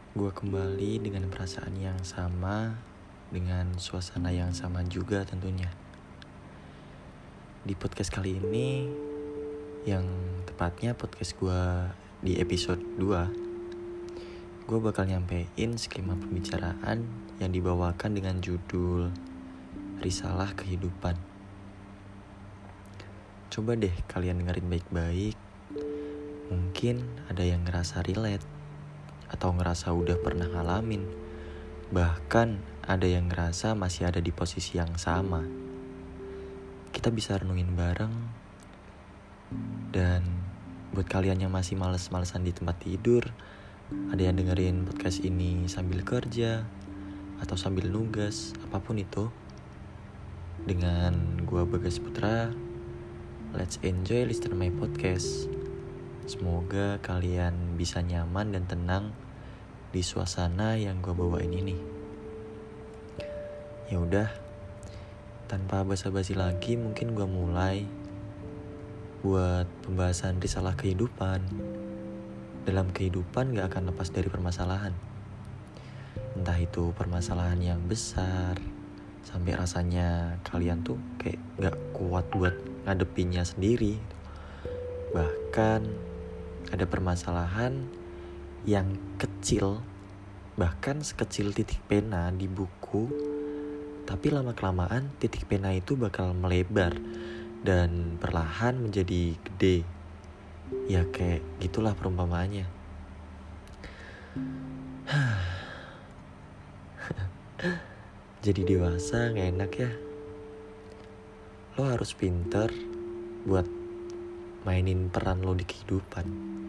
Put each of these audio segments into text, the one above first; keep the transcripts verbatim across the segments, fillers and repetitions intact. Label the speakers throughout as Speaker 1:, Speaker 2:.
Speaker 1: Gue kembali dengan perasaan yang sama, dengan suasana yang sama juga tentunya. Di podcast kali ini, yang tepatnya podcast gue di episode dua, gue bakal nyampein skema pembicaraan yang dibawakan dengan judul Risalah Kehidupan. Coba deh kalian dengerin baik-baik. Mungkin ada yang ngerasa relate, atau ngerasa udah pernah ngalamin. Bahkan ada yang ngerasa masih ada di posisi yang sama. Kita bisa renungin bareng. Dan buat kalian yang masih males-malesan di tempat tidur, ada yang dengerin podcast ini sambil kerja atau sambil nugas, apapun itu, dengan gua Bagas Putra, let's enjoy listen my podcast. Semoga kalian bisa nyaman dan tenang di suasana yang gue bawain ini. Ya udah, tanpa basa-basi lagi, mungkin gue mulai buat pembahasan risalah kehidupan. Dalam kehidupan gak akan lepas dari permasalahan. Entah itu permasalahan yang besar, sampai rasanya kalian tuh kayak gak kuat buat ngadepinnya sendiri. Bahkan ada permasalahan yang kecil, bahkan sekecil titik pena di buku, tapi lama-kelamaan titik pena itu bakal melebar dan perlahan menjadi gede. Ya kayak gitulah perumpamaannya. Jadi dewasa gak enak ya. Lo harus pinter buat mainin peran lo di kehidupan.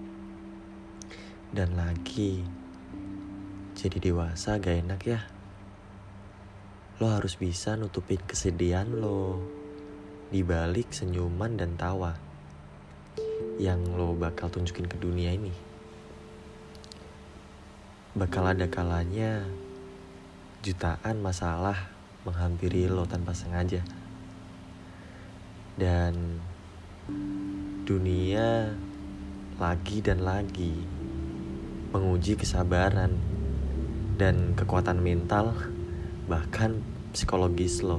Speaker 1: Dan lagi, jadi dewasa gak enak ya. Lo harus bisa nutupin kesedihan lo di balik senyuman dan tawa yang lo bakal tunjukin ke dunia ini. Bakal ada kalanya jutaan masalah menghampiri lo tanpa sengaja. Dan dunia lagi dan lagi menguji kesabaran dan kekuatan mental, bahkan psikologis lo.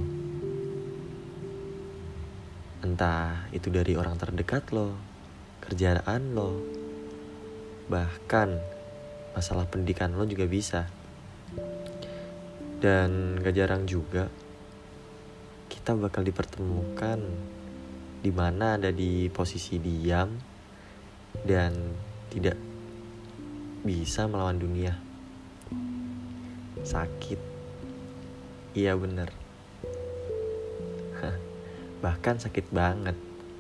Speaker 1: Entah itu dari orang terdekat lo, kerjaan lo, bahkan masalah pendidikan lo juga bisa. Dan gak jarang juga kita bakal dipertemukan di mana ada di posisi diam dan tidak bisa melawan dunia. Sakit. Iya bener. Bahkan sakit banget.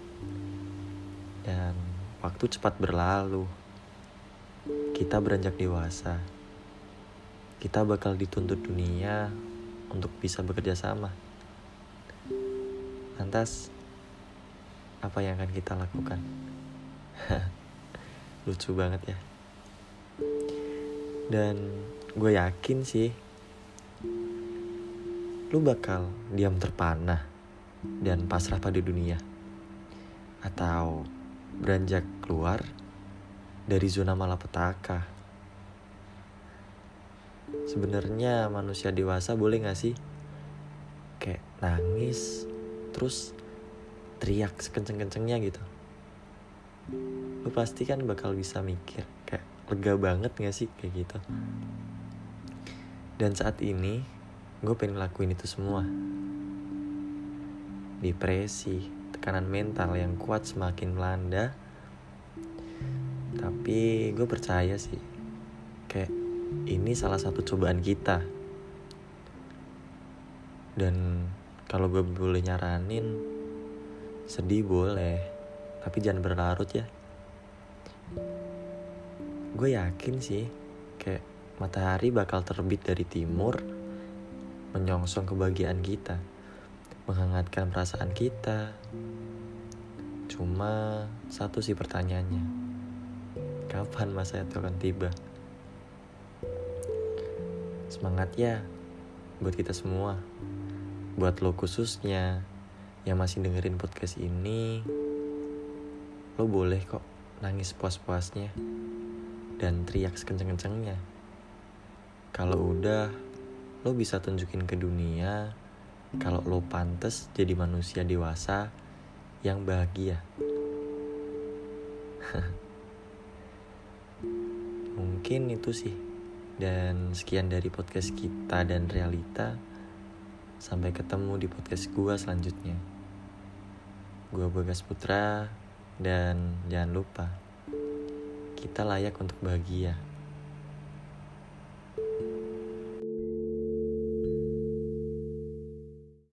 Speaker 1: Dan waktu cepat berlalu. Kita beranjak dewasa. Kita bakal dituntut dunia untuk bisa bekerja sama. Lantas, apa yang akan kita lakukan? Lucu banget ya. Dan gue yakin sih lu bakal diam terpana dan pasrah pada dunia, atau beranjak keluar dari zona malapetaka. Sebenarnya manusia dewasa boleh gak sih kayak nangis terus teriak sekenceng-kencengnya gitu? Lu pasti kan bakal bisa mikir kayak lega banget gak sih kayak gitu. Dan saat ini gue pengen ngelakuin itu semua. Depresi, tekanan mental yang kuat semakin melanda. Tapi gue percaya sih kayak ini salah satu cobaan kita. Dan kalau gue boleh nyaranin, sedih boleh, tapi jangan berlarut ya. Gue yakin sih kayak matahari bakal terbit dari timur, menyongsong kebahagiaan kita, menghangatkan perasaan kita. Cuma satu sih pertanyaannya, kapan masa itu akan tiba? Semangat ya buat kita semua. Buat lo khususnya yang masih dengerin podcast ini, lo boleh kok nangis puas-puasnya dan teriak sekenceng-kencengnya. Kalau udah, lo bisa tunjukin ke dunia kalau lo pantas jadi manusia dewasa yang bahagia. Mungkin itu sih. Dan sekian dari podcast kita dan realita. Sampai ketemu di podcast gua selanjutnya. Gua Bagas Putra. Dan jangan lupa, kita layak untuk bahagia.